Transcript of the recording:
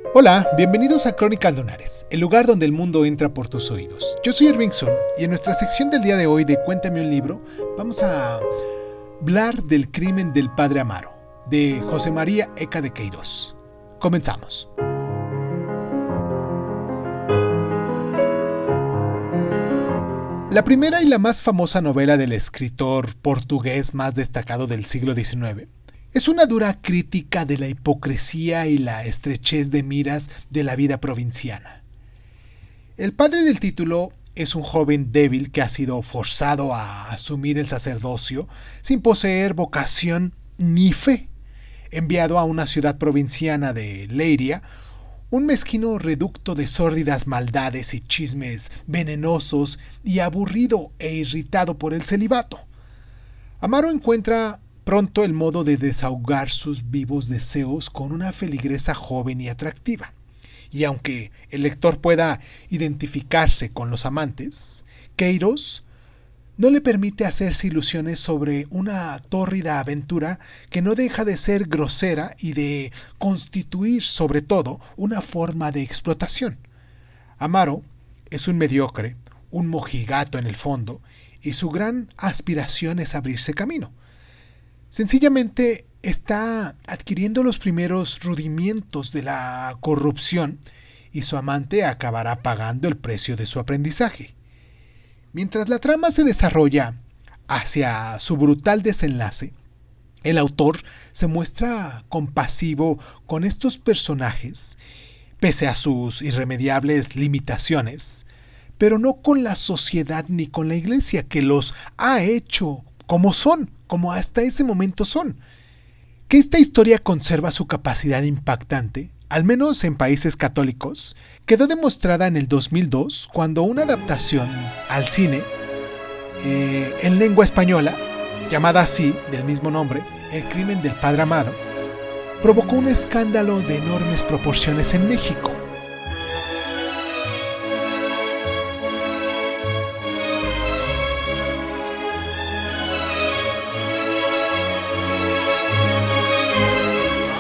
Hola, bienvenidos a Crónicas Lunares, el lugar donde el mundo entra por tus oídos. Yo soy Irving Sun y en nuestra sección del día de hoy de Cuéntame un libro vamos a hablar del crimen del padre Amaro, de José María Eca de Queiroz. Comenzamos. La primera y la más famosa novela del escritor portugués más destacado del siglo XIX es una dura crítica de la hipocresía y la estrechez de miras de la vida provinciana. El padre del título es un joven débil que ha sido forzado a asumir el sacerdocio sin poseer vocación ni fe, enviado a una ciudad provinciana de Leiria, un mezquino reducto de sórdidas maldades y chismes venenosos y aburrido e irritado por el celibato. Amaro encuentra pronto el modo de desahogar sus vivos deseos con una feligresa joven y atractiva. Y aunque el lector pueda identificarse con los amantes, Queiroz no le permite hacerse ilusiones sobre una tórrida aventura que no deja de ser grosera y de constituir, sobre todo, una forma de explotación. Amaro es un mediocre, un mojigato en el fondo, y su gran aspiración es abrirse camino. Sencillamente está adquiriendo los primeros rudimientos de la corrupción y su amante acabará pagando el precio de su aprendizaje. Mientras la trama se desarrolla hacia su brutal desenlace, el autor se muestra compasivo con estos personajes, pese a sus irremediables limitaciones, pero no con la sociedad ni con la iglesia que los ha hecho como son, como hasta ese momento son. Que esta historia conserva su capacidad impactante, al menos en países católicos, quedó demostrada en el 2002 cuando una adaptación al cine en lengua española, llamada así, del mismo nombre, El crimen del padre Amaro, provocó un escándalo de enormes proporciones en México.